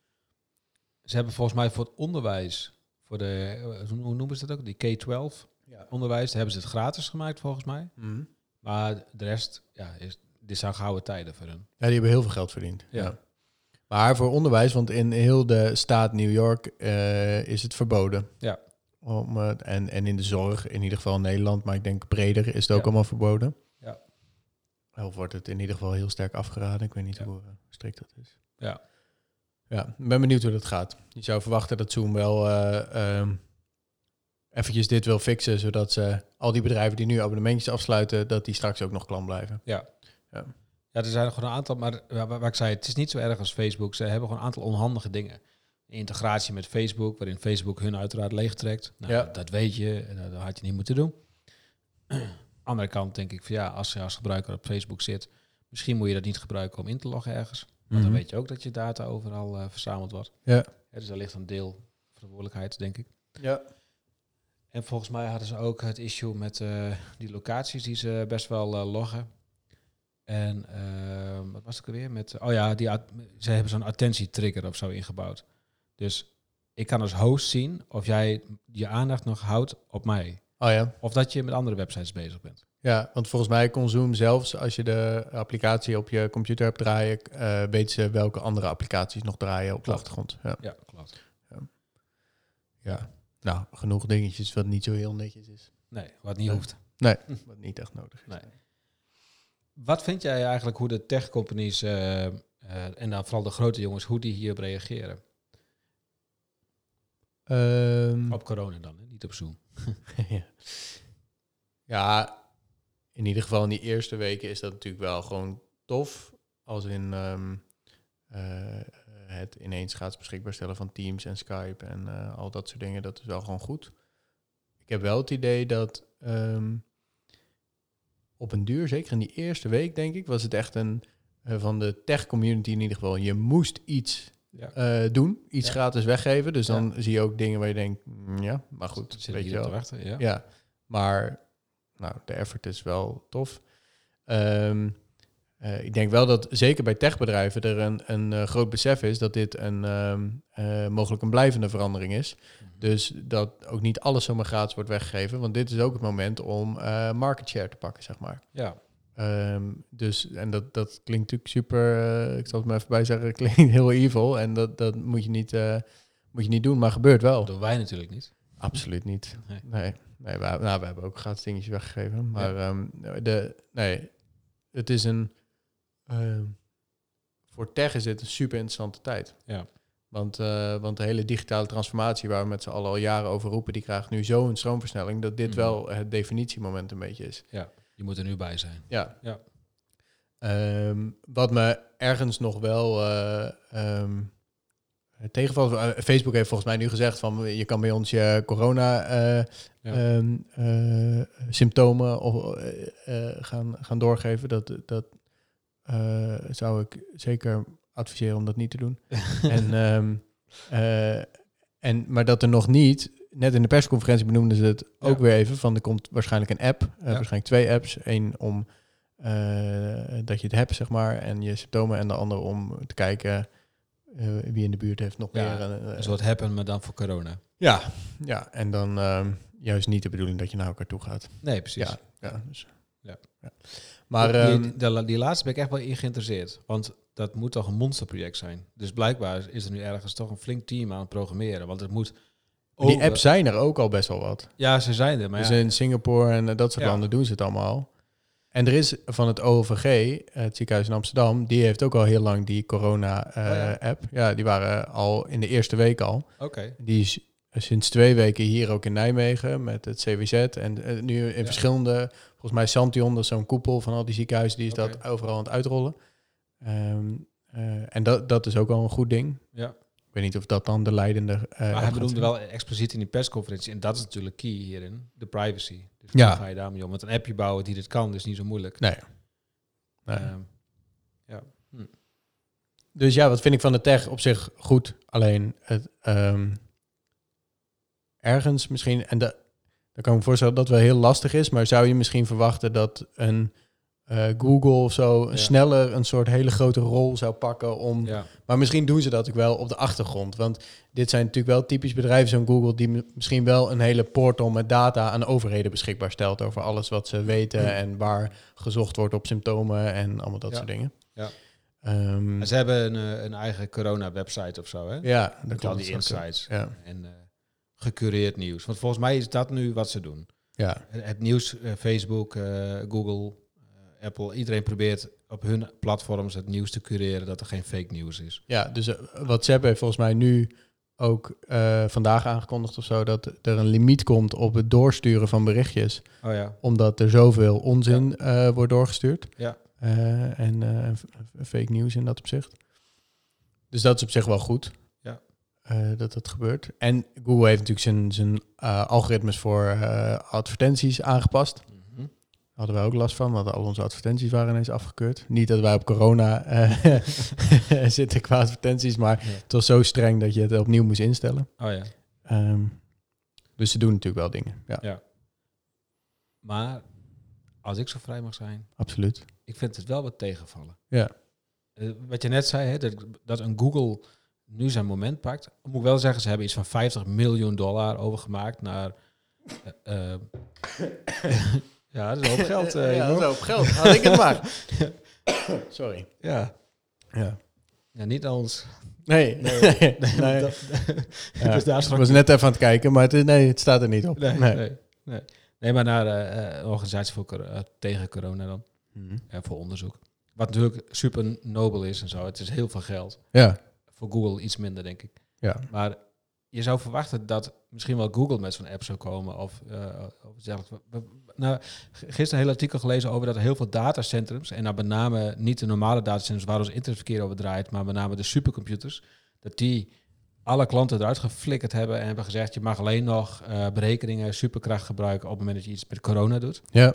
ze hebben volgens mij voor het onderwijs, voor de, hoe noemen ze dat ook? Die K twaalf ja. onderwijs, daar hebben ze het gratis gemaakt volgens mij. Mm-hmm. Maar de rest, ja, is, dit zijn gouden tijden voor hun. Ja, die hebben heel veel geld verdiend. Ja. ja. Maar voor onderwijs, want in heel de staat New York uh, is het verboden. Ja. Om, uh, en, en in de zorg, in ieder geval in Nederland, maar ik denk breder is het ook ja. allemaal verboden. Ja. Of wordt het in ieder geval heel sterk afgeraden. Ik weet niet ja. hoe uh, strikt dat is. Ja. Ja, ik ben benieuwd hoe dat gaat. Je zou verwachten dat Zoom wel uh, um, eventjes dit wil fixen, zodat ze al die bedrijven die nu abonnementjes afsluiten, dat die straks ook nog klant blijven. Ja. Ja. Ja, er zijn gewoon een aantal, maar waar, waar ik zei, het is niet zo erg als Facebook. Ze hebben gewoon een aantal onhandige dingen. Integratie met Facebook, waarin Facebook hun uiteraard leegtrekt. Nou, ja. dat weet je, dat had je niet moeten doen. Andere kant denk ik van ja, als je als gebruiker op Facebook zit, misschien moet je dat niet gebruiken om in te loggen ergens. Want mm-hmm. dan weet je ook dat je data overal uh, verzameld wordt. Ja. Ja, dus daar ligt een deel verantwoordelijkheid, denk ik. Ja. En volgens mij hadden ze ook het issue met uh, die locaties die ze best wel uh, loggen. En uh, wat was het weer? Met, oh ja, die at- ze hebben zo'n attentietrigger of zo ingebouwd. Dus ik kan als host zien of jij je aandacht nog houdt op mij. Oh ja. Of dat je met andere websites bezig bent. Ja, want volgens mij kon Zoom zelfs, als je de applicatie op je computer hebt draaien, uh, weten ze welke andere applicaties nog draaien op klopt. de achtergrond. Ja, ja klopt. Ja. ja, nou, genoeg dingetjes wat niet zo heel netjes is. Nee, wat niet nee. hoeft. Nee, wat niet echt nodig is. Nee. Wat vind jij eigenlijk hoe de tech-companies, uh, uh, en dan vooral de grote jongens, hoe die hierop reageren? Um, op corona dan, hè? Niet op Zoom. ja. ja, in ieder geval in die eerste weken is dat natuurlijk wel gewoon tof. Als in um, uh, het ineens gratis beschikbaar stellen van Teams en Skype en uh, al dat soort dingen. Dat is wel gewoon goed. Ik heb wel het idee dat um, op een duur, zeker in die eerste week denk ik, was het echt een uh, van de tech community in ieder geval. Je moest iets ja. uh, doen, iets ja. gratis weggeven. Dus dan ja. zie je ook dingen waar je denkt, mm, ja, maar goed, zit weet je wel. Te wachten, ja. ja, maar nou, de effort is wel tof. Um, uh, ik denk wel dat zeker bij techbedrijven er een, een uh, groot besef is dat dit een um, uh, mogelijk een blijvende verandering is. Mm-hmm. Dus dat ook niet alles zomaar gratis wordt weggegeven, want dit is ook het moment om uh, market share te pakken, zeg maar. Ja. Um, dus, en dat, dat klinkt natuurlijk super, uh, ik zal het maar even bij zeggen, klinkt heel evil. En dat, dat moet, je niet, uh, moet je niet doen, maar gebeurt wel. Dat doen wij natuurlijk niet. Absoluut niet. Nee. Nee, nee we, nou, we hebben ook gratis dingetjes weggegeven. Maar ja. um, de, nee, het is een... Uh, voor tech is dit een super interessante tijd. Ja. Want, uh, want de hele digitale transformatie waar we met z'n allen al jaren over roepen, die krijgt nu zo'n stroomversnelling dat dit mm. wel het definitiemoment een beetje is. Ja, die moet er nu bij zijn. Ja. ja. Um, wat me ergens nog wel uh, um, tegenvalt. Uh, Facebook heeft volgens mij nu gezegd van je kan bij ons je corona uh, ja. um, uh, symptomen of, uh, uh, gaan, gaan doorgeven. Dat, dat uh, zou ik zeker adviseren om dat niet te doen. en, um, uh, en, maar dat er nog niet, net in de persconferentie benoemden ze het ook ja. weer even, van er komt waarschijnlijk een app, uh, ja. waarschijnlijk twee apps. Eén om uh, dat je het hebt, zeg maar, en je symptomen, en de andere om te kijken uh, wie in de buurt heeft nog ja, meer. Uh, een soort happen, maar dan voor corona. Ja, ja en dan uh, juist niet de bedoeling dat je naar elkaar toe gaat. Nee, precies. Ja, ja, dus, ja. ja. Maar die, um, die, die, die laatste ben ik echt wel in geïnteresseerd, want dat moet toch een monsterproject zijn. Dus blijkbaar is er nu ergens toch een flink team aan het programmeren. Want het moet... Over... Die apps zijn er ook al best wel wat. Ja, ze zijn er. Maar dus ja. in Singapore en uh, dat soort ja. landen doen ze het allemaal. En er is van het O V G, het ziekenhuis in Amsterdam, die heeft ook al heel lang die corona-app. Uh, oh ja. ja, die waren al in de eerste week al. Oké. Okay. Die is sinds twee weken hier ook in Nijmegen met het C W Z. En uh, nu in ja. verschillende, volgens mij Santion, dat is zo'n koepel van al die ziekenhuizen, die is okay. dat overal aan het uitrollen. Um, Uh, en dat, dat is ook al een goed ding. Ja. Ik weet niet of dat dan de leidende... Uh, maar hij bedoelde wel expliciet in die persconferentie. En dat is natuurlijk key hierin. De privacy. Dus ja. hoe ga je daarmee om? Want een appje bouwen die dit kan, is niet zo moeilijk. Nee. nee. Uh, ja. Hm. Dus ja, wat vind ik van de tech op zich goed. Alleen het um, ergens misschien... En da, dan kan ik me voorstellen dat het wel heel lastig is. Maar zou je misschien verwachten dat een... Uh, Google of zo ja. sneller een soort hele grote rol zou pakken om... Ja. Maar misschien doen ze dat ook wel op de achtergrond. Want dit zijn natuurlijk wel typisch bedrijven zo'n Google... die m- misschien wel een hele portal met data aan overheden beschikbaar stelt... over alles wat ze weten ja. en waar gezocht wordt op symptomen en allemaal dat ja. soort dingen. Ja. Um, ze hebben een, een eigen corona-website of zo, hè? Ja. Met al die insights ja. en uh, gecureerd nieuws. Want volgens mij is dat nu wat ze doen. Ja. Het, het nieuws, uh, Facebook, uh, Google... Apple, iedereen probeert op hun platforms het nieuws te cureren dat er geen fake nieuws is. Ja, dus uh, WhatsApp heeft volgens mij nu ook uh, vandaag aangekondigd of zo... dat er een limiet komt op het doorsturen van berichtjes. Oh ja. Omdat er zoveel onzin ja. uh, wordt doorgestuurd. Ja. Uh, en uh, fake nieuws in dat opzicht. Dus dat is op zich wel goed. Ja. Uh, dat dat gebeurt. En Google heeft natuurlijk zijn, zijn uh, algoritmes voor uh, advertenties aangepast... Hadden wij ook last van, want al onze advertenties waren ineens afgekeurd. Niet dat wij op corona uh, zitten qua advertenties, maar ja. het was zo streng dat je het opnieuw moest instellen. Oh ja. Um, dus ze doen natuurlijk wel dingen. Ja. ja. Maar als ik zo vrij mag zijn... Absoluut. Ik vind het wel wat tegenvallen. Ja. Uh, wat je net zei, hè, dat, dat een Google nu zijn moment pakt. Moet ik wel zeggen, ze hebben iets van vijftig miljoen dollar overgemaakt naar... Uh, uh, Ja, dat is een hoop geld. Uh, ja, dat is een hoop geld. Had ik het maar. Sorry. Ja. Ja. Ja, niet aan ons. Nee. Nee. nee. nee. Dat, ja. Dus daar ik was net even aan het kijken, maar het, is, nee, het staat er niet op. Nee, nee. nee, nee. nee maar naar uh, een organisatie voor, uh, tegen corona dan. Mm-hmm. Ja, voor onderzoek. Wat natuurlijk super nobel is en zo. Het is heel veel geld. Ja. Voor Google iets minder, denk ik. Ja. Maar je zou verwachten dat misschien wel Google met zo'n app zou komen. Of, uh, of zelfs, nou, gisteren een heel artikel gelezen over dat er heel veel datacentrums, en nou met name niet de normale datacentrums waar ons internetverkeer over draait, maar met name de supercomputers, dat die alle klanten eruit geflikkerd hebben en hebben gezegd, je mag alleen nog uh, berekeningen, superkracht gebruiken op het moment dat je iets met corona doet. Ja.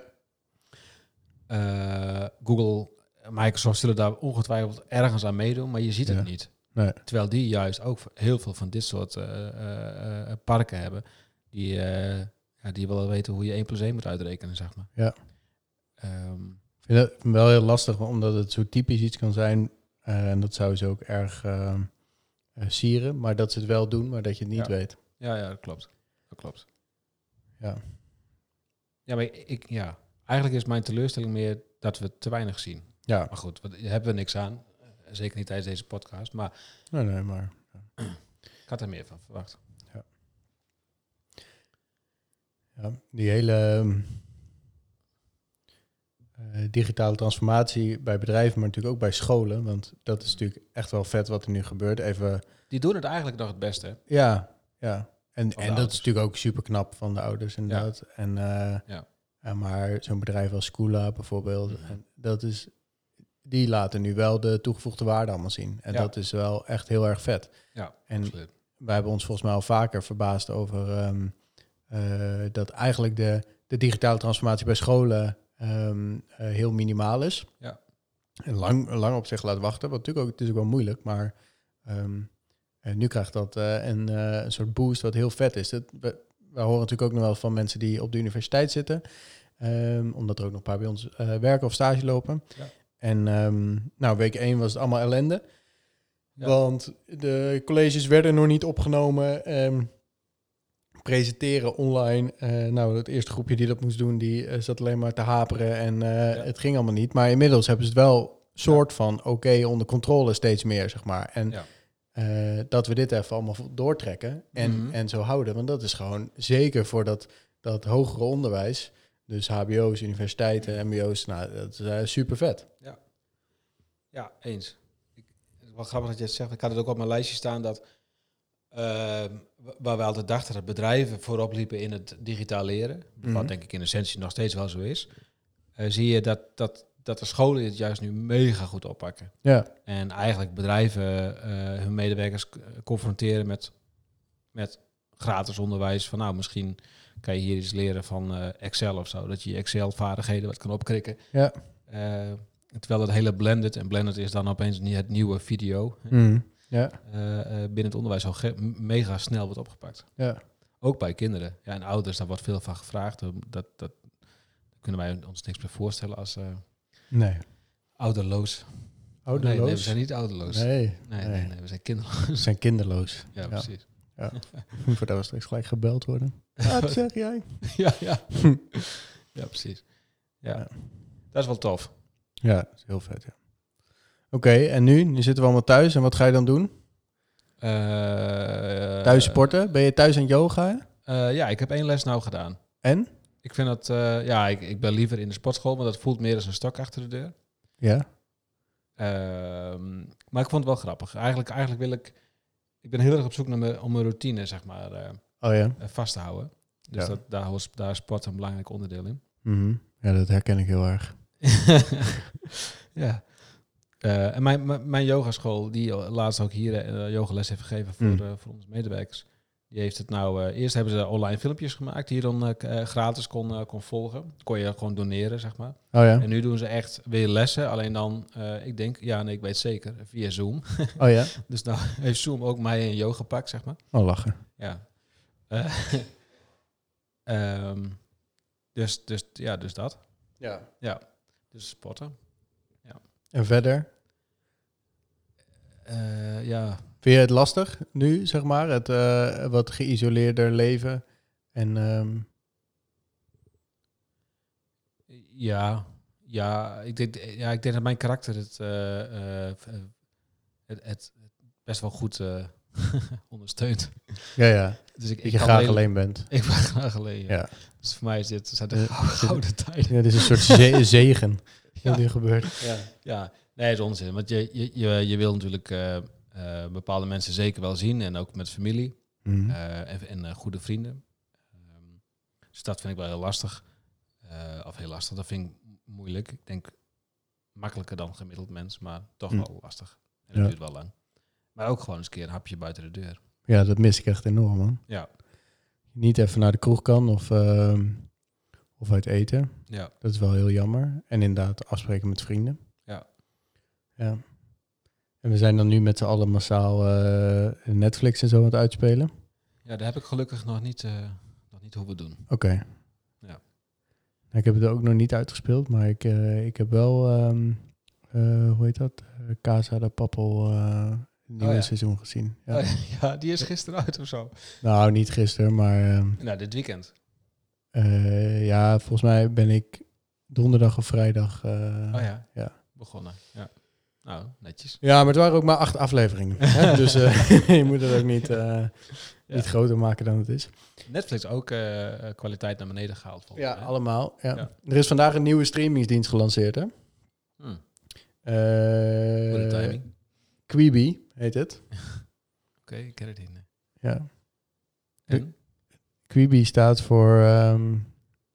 Uh, Google, Microsoft zullen daar ongetwijfeld ergens aan meedoen, maar je ziet het ja. niet. Nee. Terwijl die juist ook heel veel van dit soort uh, uh, uh, parken hebben. Die, uh, ja, die willen weten hoe je één plus één moet uitrekenen, zeg maar. Ja. Um, ik vind het wel heel lastig, omdat het zo typisch iets kan zijn. Uh, en dat zou ze ook erg uh, uh, sieren. Maar dat ze het wel doen, maar dat je het niet ja. weet. Ja, ja, dat klopt. Dat klopt. Ja. Ja, maar ik, ja, eigenlijk is mijn teleurstelling meer dat we te weinig zien. Ja. Maar goed, daar hebben we niks aan. Zeker niet tijdens deze podcast, maar... Nee, nee, maar... Ja. Ik had er meer van verwacht. Ja. Ja, die hele uh, digitale transformatie bij bedrijven, maar natuurlijk ook bij scholen. Want dat is natuurlijk echt wel vet wat er nu gebeurt. Even, Die doen het eigenlijk nog het beste. Ja, ja. En, en dat ouders. is natuurlijk ook super knap van de ouders inderdaad. Ja. En, uh, ja. ja, maar zo'n bedrijf als Schoola bijvoorbeeld, mm-hmm. en dat is, die laten nu wel de toegevoegde waarde allemaal zien. En ja. dat is wel echt heel erg vet. Ja, en absoluut. Wij hebben ons volgens mij al vaker verbaasd over um, uh, dat eigenlijk de, de digitale transformatie bij scholen um, uh, heel minimaal is. Ja. En lang, lang op zich laat wachten, wat natuurlijk ook, het is ook wel moeilijk, maar um, uh, nu krijgt dat uh, een, uh, een soort boost wat heel vet is. Dat, we, we horen natuurlijk ook nog wel van mensen die op de universiteit zitten, um, omdat er ook nog een paar bij ons uh, werken of stage lopen. Ja. En um, nou, week één was het allemaal ellende. Ja. Want de colleges werden nog niet opgenomen. Um, presenteren online. Uh, nou, het eerste groepje die dat moest doen, die uh, zat alleen maar te haperen. En uh, ja. het ging allemaal niet. Maar inmiddels hebben ze het wel soort ja. van oké okay, onder controle steeds meer, zeg maar. En ja. uh, dat we dit even allemaal doortrekken en, mm-hmm. en zo houden. Want dat is gewoon zeker voor dat, dat hogere onderwijs. Dus H B O's, universiteiten, M B O's. Nou, dat is uh, super vet. Ja, ja eens. Wel grappig dat je het zegt. Ik had het ook op mijn lijstje staan dat uh, waar we altijd dachten dat bedrijven voorop liepen in het digitaal leren, mm-hmm. wat denk ik in essentie nog steeds wel zo is, uh, zie je dat, dat, dat de scholen het juist nu mega goed oppakken. Ja. En eigenlijk bedrijven uh, hun medewerkers k- confronteren met, met gratis onderwijs. Van nou, misschien kan je hier iets leren van uh, Excel of zo. Dat je je Excel-vaardigheden wat kan opkrikken. Ja. Uh, Terwijl dat hele blended, en blended is dan opeens niet het nieuwe video, mm, ja. uh, uh, binnen het onderwijs al ge- mega snel wordt opgepakt. Ja. Ook bij kinderen. Ja, en ouders, daar wordt veel van gevraagd. Dat, dat, dat kunnen wij ons niks meer voorstellen als uh, nee. ouderloos. Ouderloos? Nee, nee, we zijn niet ouderloos. Nee. Nee, nee. nee, nee we zijn kinderloos. We zijn kinderloos. Ja, ja. precies. Ja. Voordat we straks gelijk gebeld worden. Wat zeg jij? ja, ja. ja, precies. Ja. ja. Dat is wel tof. Ja, dat is heel vet, ja. Oké, okay, en nu? Nu zitten we allemaal thuis. En wat ga je dan doen? Uh, thuis sporten? Ben je thuis aan yoga? Uh, ja, ik heb één les nou gedaan. En? Ik vind dat... Uh, ja, ik, ik ben liever in de sportschool, maar dat voelt meer als een stok achter de deur. Ja. Uh, maar ik vond het wel grappig. Eigenlijk, eigenlijk wil ik... Ik ben heel erg op zoek naar mijn, om mijn routine, zeg maar, uh, oh, ja. uh, vast te houden. Dus ja. dat, daar, daar is sport een belangrijk onderdeel in. Mm-hmm. Ja, dat herken ik heel erg. ja. Uh, en mijn, mijn, mijn yogaschool, die laatst ook hier uh, yogales heeft gegeven voor, mm. uh, voor onze medewerkers. Die heeft het nou... Uh, eerst hebben ze online filmpjes gemaakt die je dan uh, gratis kon, uh, kon volgen. Kon je gewoon doneren, zeg maar. Oh, ja. En nu doen ze echt weer lessen. Alleen dan, uh, ik denk, ja, nee, ik weet zeker, via Zoom. Oh ja? Dus nou heeft Zoom ook mij een yoga pak, zeg maar. Oh, lachen. Ja. Uh, um, dus, dus, ja, dus dat. Ja. Ja. Dus sporten. Ja. En verder? Uh, ja. Vind je het lastig nu, zeg maar? Het uh, wat geïsoleerder leven? En, um... Ja. Ja ik, denk, ja, ik denk dat mijn karakter het, uh, uh, het, het best wel goed uh, ondersteunt. Ja, ja. Dus ik, dat ik je graag alleen, alleen bent. Ik ben graag alleen, ja. ja. Dus voor mij is dit zijn de uh, gouden tijden. Ja, dit is een soort ze- zegen ja. wat nu gebeurt. Ja, ja. Nee, het is onzin. Want je, je, je, je wil natuurlijk uh, uh, bepaalde mensen zeker wel zien. En ook met familie. Mm. Uh, en en uh, goede vrienden. Um, dus dat vind ik wel heel lastig. Uh, of heel lastig, dat vind ik moeilijk. Ik denk makkelijker dan gemiddeld mens. Maar toch mm. wel lastig. En dat ja. duurt wel lang. Maar ook gewoon eens een keer een hapje buiten de deur. Ja, dat mis ik echt enorm, man. Ja. Niet even naar de kroeg kan of, uh, of uit eten. Ja. Dat is wel heel jammer. En inderdaad afspreken met vrienden. Ja. Ja. En we zijn dan nu met z'n allen massaal uh, Netflix en zo aan het uitspelen. Ja, daar heb ik gelukkig nog niet, uh, nog niet hoeven doen. Oké. Okay. Ja. Nou, ik heb het er ook nog niet uitgespeeld, maar ik, uh, ik heb wel, um, uh, hoe heet dat? Uh, Casa de Papel... Uh, Het nieuwe oh, ja. seizoen gezien. Ja. Oh, ja, die is gisteren uit of zo. Nou, niet gisteren, maar... Uh, nou, dit weekend. Uh, ja, volgens mij ben ik donderdag of vrijdag... Uh, oh ja, ja. begonnen. Ja. Nou, netjes. Ja, maar het waren ook maar acht afleveringen. Hè? Dus uh, je moet het ook niet, uh, ja. niet groter maken dan het is. Netflix ook uh, kwaliteit naar beneden gehaald. Ja, mij. allemaal. Ja. Ja. Er is vandaag een nieuwe streamingsdienst gelanceerd, hè? Hmm. Uh, Goede timing. Quibi heet het. Oké, okay, ik ken het niet. Nee. Ja. En? Quibi staat voor... Um,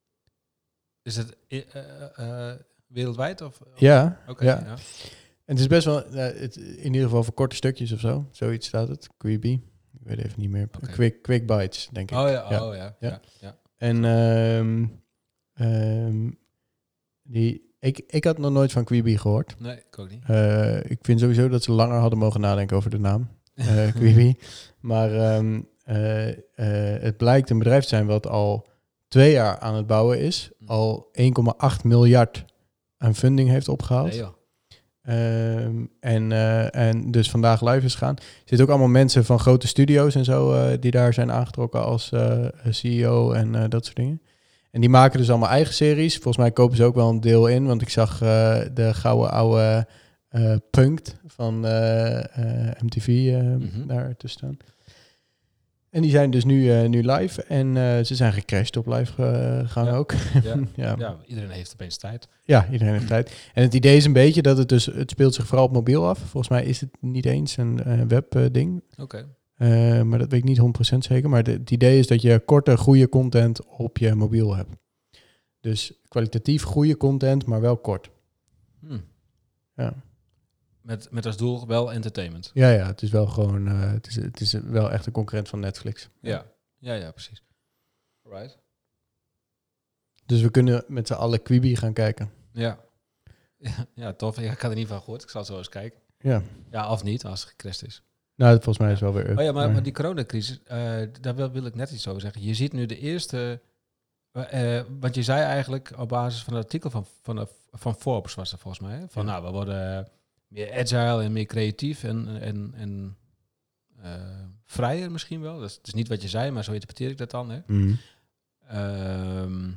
is het uh, uh, wereldwijd? Of, of? Ja. Okay, ja. ja. En het is best wel... Uh, het, in ieder geval voor korte stukjes of zo. Zoiets staat het. Quibi. Ik weet even niet meer. Okay. Quick, quick Bites, denk ik. Oh ja, ja. oh ja. ja. ja, ja. En um, um, die, ik, ik had nog nooit van Quibi gehoord. Nee, ik ook niet. Uh, ik vind sowieso dat ze langer hadden mogen nadenken over de naam. Uh, Quibi. Maar um, uh, uh, het blijkt een bedrijf te zijn wat al twee jaar aan het bouwen is. Al één komma acht miljard aan funding heeft opgehaald. Nee, joh. Um, en, uh, en dus vandaag live is gaan. Er zitten ook allemaal mensen van grote studio's en zo uh, die daar zijn aangetrokken als uh, C E O en uh, dat soort dingen. En die maken dus allemaal eigen series. Volgens mij kopen ze ook wel een deel in, want ik zag uh, de gouden oude uh, Punk'd van uh, uh, M T V uh, mm-hmm. daar tussen staan. En die zijn dus nu, uh, nu live en uh, ze zijn gecrashed op live uh, gaan ja. ook. Ja. ja. ja, iedereen heeft opeens tijd. Ja, iedereen heeft tijd. En het idee is een beetje dat het dus, het speelt zich vooral op mobiel af. Volgens mij is het niet eens een uh, webding. Oké. Okay. Uh, maar dat weet ik niet honderd procent zeker. Maar de, het idee is dat je korte, goede content op je mobiel hebt. Dus kwalitatief goede content, maar wel kort. Hmm. Ja. Met, met als doel wel entertainment. Ja, ja, het is wel gewoon, uh, het, is, het is wel echt een concurrent van Netflix. Ja, ja, ja, precies. Right. Dus we kunnen met z'n allen Quibi gaan kijken. Ja. Ja, ja, tof. Ik had er niet van gehoord. Ik zal zo eens kijken. Ja. Ja, of niet, als het gecrashed is. Nou, volgens mij is wel weer... Oh ja, maar, maar die coronacrisis, uh, daar wil, wil ik net iets over zeggen. Je ziet nu de eerste... Uh, want je zei eigenlijk op basis van het artikel van, van, van Forbes was dat volgens mij. Hè? Van ja. nou, we worden meer agile en meer creatief en, en, en uh, vrijer misschien wel. Dat is, dat is niet wat je zei, maar zo interpreteer ik dat dan. Hè? Mm. Um,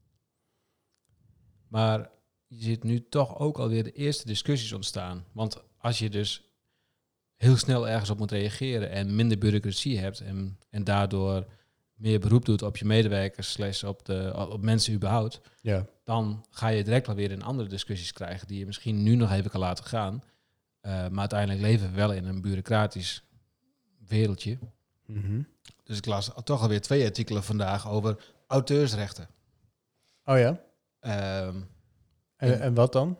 maar je ziet nu toch ook alweer de eerste discussies ontstaan. Want als je dus heel snel ergens op moet reageren en minder bureaucratie hebt en, en daardoor meer beroep doet op je medewerkers slash op, de, op mensen überhaupt, ja. dan ga je direct wel weer in andere discussies krijgen die je misschien nu nog even kan laten gaan. Uh, maar uiteindelijk leven we wel in een bureaucratisch wereldje. Mm-hmm. Dus ik las toch alweer twee artikelen vandaag over auteursrechten. Oh ja? Um, en, en, en wat dan?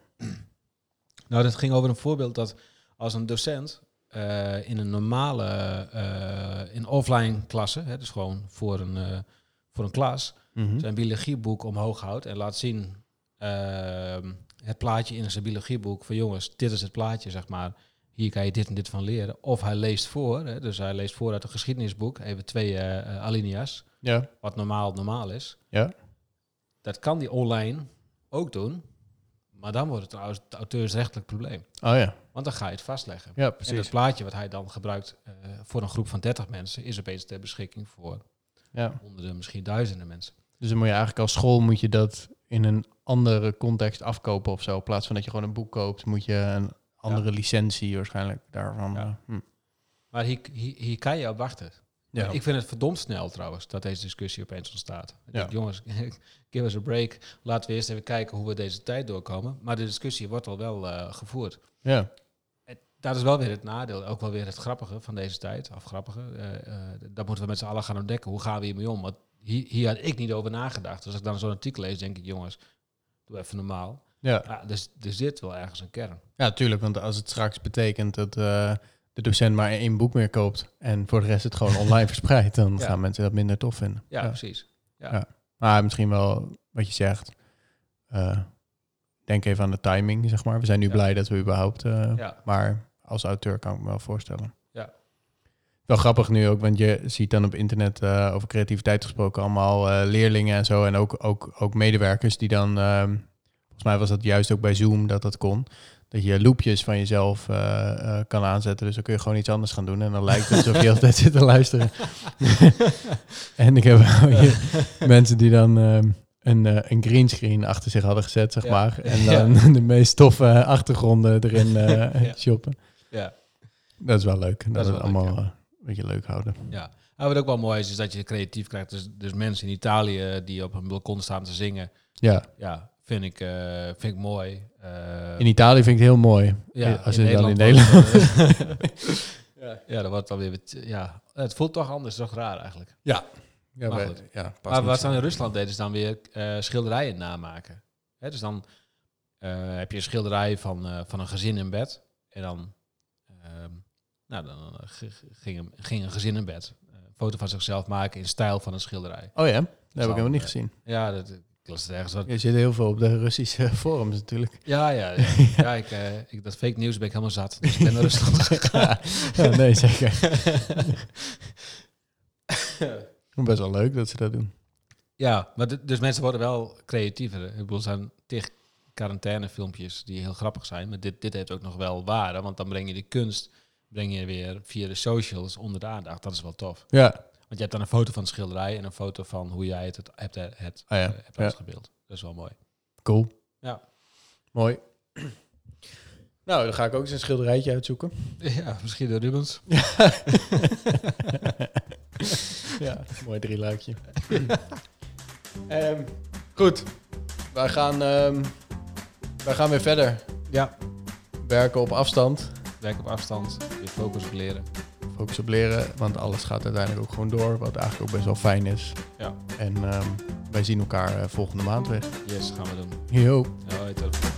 Nou, dat ging over een voorbeeld dat als een docent uh, in een normale, uh, in offline klasse, hè, dus gewoon voor een, uh, voor een klas, mm-hmm. zijn biologieboek omhoog houdt en laat zien uh, het plaatje in zijn biologieboek van jongens, dit is het plaatje, zeg maar. Hier kan je dit en dit van leren. Of hij leest voor, hè, dus hij leest voor uit een geschiedenisboek, even twee uh, uh, alinea's, ja. wat normaal normaal is. Ja. Dat kan die online ook doen, maar dan wordt het trouwens het auteursrechtelijk probleem. Oh ja. Want dan ga je het vastleggen. Ja, precies. En het plaatje wat hij dan gebruikt uh, voor een groep van dertig mensen is opeens ter beschikking voor ja. honderden, misschien duizenden mensen. Dus dan moet je eigenlijk als school moet je dat in een andere context afkopen of zo. In plaats van dat je gewoon een boek koopt, moet je een andere ja. licentie waarschijnlijk daarvan. Ja. Uh, hm. Maar hier, hier, hier kan je op wachten. Ja. Ik vind het verdomd snel trouwens dat deze discussie opeens ontstaat. Ik ja. denk, jongens, give us a break. Laten we eerst even kijken hoe we deze tijd doorkomen. Maar de discussie wordt al wel uh, gevoerd. Ja. En dat is wel weer het nadeel. Ook wel weer het grappige van deze tijd. Of grappige. Uh, uh, dat moeten we met z'n allen gaan ontdekken. Hoe gaan we hiermee om? Want hier, hier had ik niet over nagedacht. Dus als ik dan zo'n artikel lees, denk ik, jongens, doe even normaal. Ja. Ja, dus er zit wel ergens een kern. Ja, tuurlijk. Want als het straks betekent dat uh, de docent maar één boek meer koopt en voor de rest het gewoon online verspreidt, dan ja. gaan mensen dat minder tof vinden. Ja, ja. precies. Ja. Ja. Maar misschien wel wat je zegt. Uh, denk even aan de timing, zeg maar. We zijn nu ja. blij dat we überhaupt... Uh, ja. Maar als auteur kan ik me wel voorstellen. Ja. Wel grappig nu ook, want je ziet dan op internet uh, over creativiteit gesproken allemaal uh, leerlingen en zo. En ook, ook, ook medewerkers die dan... Uh, volgens mij was dat juist ook bij Zoom dat dat kon. Dat je loopjes van jezelf uh, uh, kan aanzetten. Dus dan kun je gewoon iets anders gaan doen. En dan lijkt het alsof je altijd zit te luisteren. En ik heb hier mensen die dan uh, een, uh, een greenscreen achter zich hadden gezet, zeg ja. maar. En dan ja. de meest toffe achtergronden erin uh, ja. shoppen. Ja. Dat is wel leuk. Dat, dat we het allemaal leuk, ja. uh, een beetje leuk houden. Ja. En wat ook wel mooi is, is dat je creatief krijgt. Dus, dus mensen in Italië die op een balkon staan te zingen. Ja. Ja, vind ik, uh, vind ik mooi. Uh, in Italië vind ik het heel mooi. Ja, Als in je dan in Nederland. Nederland... ja. ja, dat wordt dan weer... Ja, het voelt toch anders, toch raar eigenlijk. Ja. Ja, maar goed. Ja, maar wat ze dan in Rusland deden, is dan weer uh, schilderijen namaken. Hè, dus dan uh, heb je een schilderij van, uh, van een gezin in bed. En dan, uh, nou, dan uh, g- ging, een, ging een gezin in bed. Uh, een foto van zichzelf maken in stijl van een schilderij. Oh ja, dat dus heb ik helemaal niet uh, gezien. Ja, dat, ik las het ergens. Wat... Je zit heel veel op de Russische forums natuurlijk. Ja, ja. ja. ja ik, uh, ik, dat fake nieuws ben ik helemaal zat. Dus ik ben naar Rusland gegaan. ja, ja, nee, zeker. Best wel leuk dat ze dat doen. Ja, maar d- dus mensen worden wel creatiever. Ik bedoel, er zijn tig quarantainefilmpjes die heel grappig zijn. Maar dit, dit heeft ook nog wel waarde. Want dan breng je de kunst breng je weer via de socials onder de aandacht. Dat is wel tof. Ja. Want je hebt dan een foto van het schilderij en een foto van hoe jij het, het hebt, het, ah, ja. uh, hebt ja. uitgebeeld. Dat is wel mooi. Cool. Ja. Mooi. Nou, dan ga ik ook eens een schilderijtje uitzoeken. Ja, misschien de Rubens. Ja, mooi drieluikje. um, goed, wij gaan, um, wij gaan weer verder. Ja. Werken op afstand. Werken op afstand, weer focus op leren. Focus op leren, want alles gaat uiteindelijk ook gewoon door, wat eigenlijk ook best wel fijn is. Ja. En um, wij zien elkaar uh, volgende maand weer. Yes, gaan we doen. Yo. Ja,